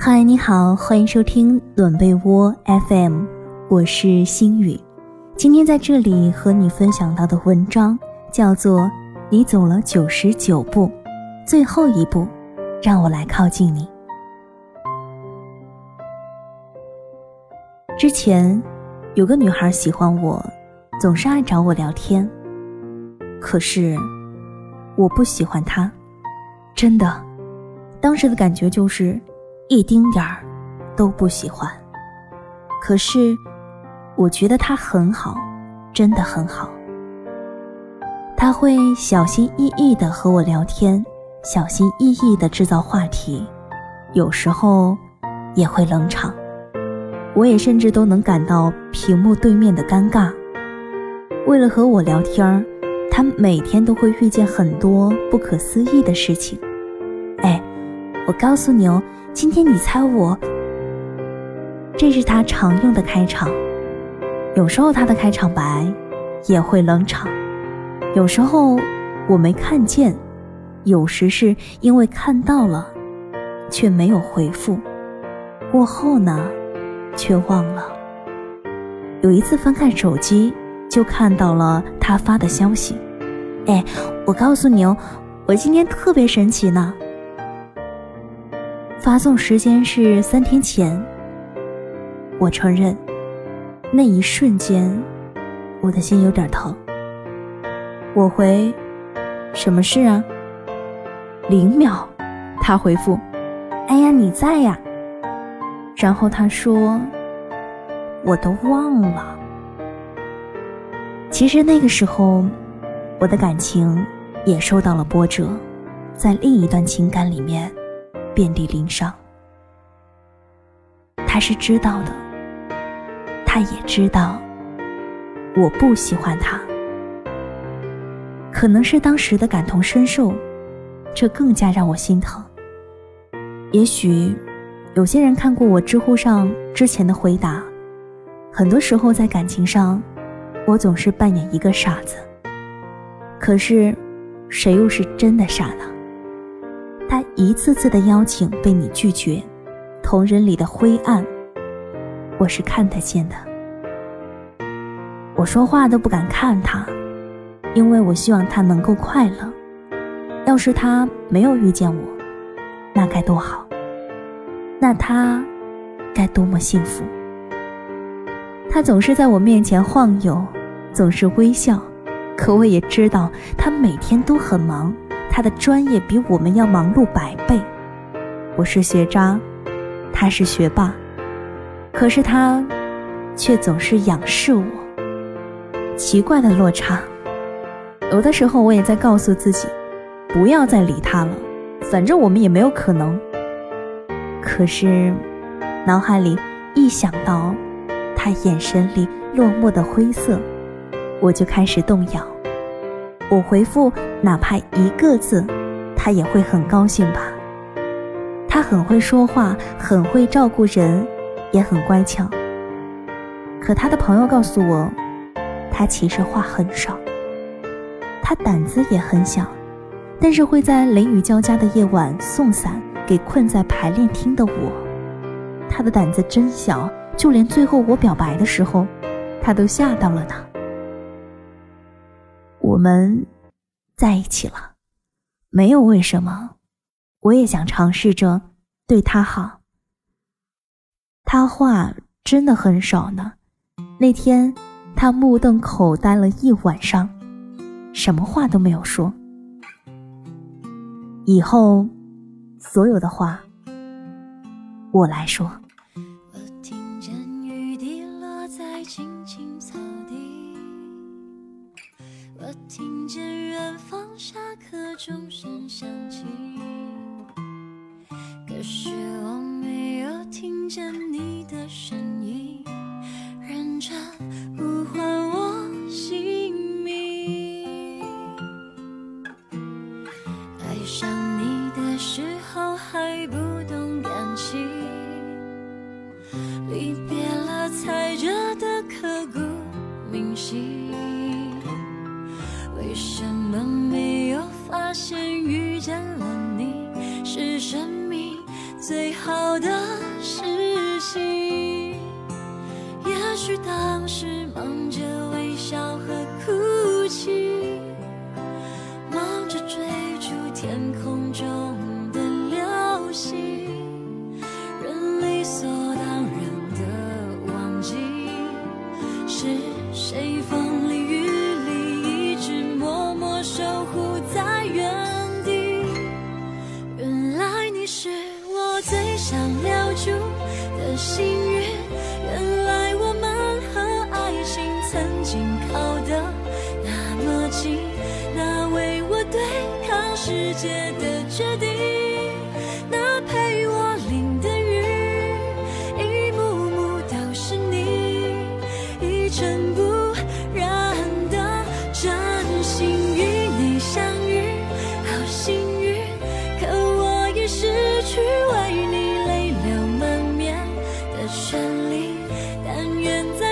嗨，你好，欢迎收听暖被窝 FM， 我是心雨。今天在这里和你分享到的文章叫做你走了99步，最后一步让我来靠近你。之前有个女孩喜欢我，总是爱找我聊天，可是我不喜欢她，真的，当时的感觉就是一丁点儿都不喜欢。可是我觉得他很好，真的很好。他会小心翼翼地和我聊天，小心翼翼地制造话题，有时候也会冷场。我也甚至都能感到屏幕对面的尴尬。为了和我聊天，他每天都会遇见很多不可思议的事情。我告诉你哦，今天你猜我。这是他常用的开场。有时候他的开场白也会冷场，有时候我没看见，有时是因为看到了却没有回复，过后呢却忘了。有一次翻看手机，就看到了他发的消息。我告诉你哦，我今天特别神奇呢。发送时间是3天前。我承认，那一瞬间我的心有点疼。我回，什么事啊？0秒，他回复，哎呀你在呀。然后他说，我都忘了。其实那个时候我的感情也受到了波折，在另一段情感里面遍体鳞伤。他是知道的，他也知道我不喜欢他。可能是当时的感同身受，这更加让我心疼。也许有些人看过我知乎上之前的回答，很多时候在感情上我总是扮演一个傻子。可是谁又是真的傻呢？他一次次的邀请被你拒绝，同人里的灰暗我是看得见的。我说话都不敢看他，因为我希望他能够快乐。要是他没有遇见我，那该多好，那他该多么幸福。他总是在我面前晃悠，总是微笑，可我也知道他每天都很忙，他的专业比我们要忙碌100倍。我是学渣，他是学霸，可是他却总是仰视我。奇怪的落差。有的时候我也在告诉自己，不要再理他了，反正我们也没有可能。可是脑海里一想到他眼神里落寞的灰色，我就开始动摇。我回复哪怕1个字，他也会很高兴吧。他很会说话，很会照顾人，也很乖巧。可他的朋友告诉我，他其实话很少。他胆子也很小，但是会在雷雨交加的夜晚送伞给困在排练厅的我。他的胆子真小，就连最后我表白的时候，他都吓到了呢。我们在一起了，没有为什么，我也想尝试着对他好。他话真的很少呢，那天他目瞪口呆了一晚上，什么话都没有说。以后所有的话我来说。 我听见雨滴落在青青草地，我听见远方下课钟声响起，可是我没有听见你的声音，认真呼唤我姓名。爱上你的时候还不懂感情，离别了才觉得刻骨铭心。为什么没有发现遇见了你是生命最好的许当时忙着微笑和哭泣，忙着追逐天空中的流星，人理所当然的忘记，是谁风里雨里一直默默守护在原地。原来你是我最想留住的幸运，原来我们和爱情曾经靠得那么近，那为我对抗世界的决定，那陪我淋的雨，一幕幕都是你，一尘不染的真心与你相遇，好幸运，可我已失去为你泪流满面的权利，但愿在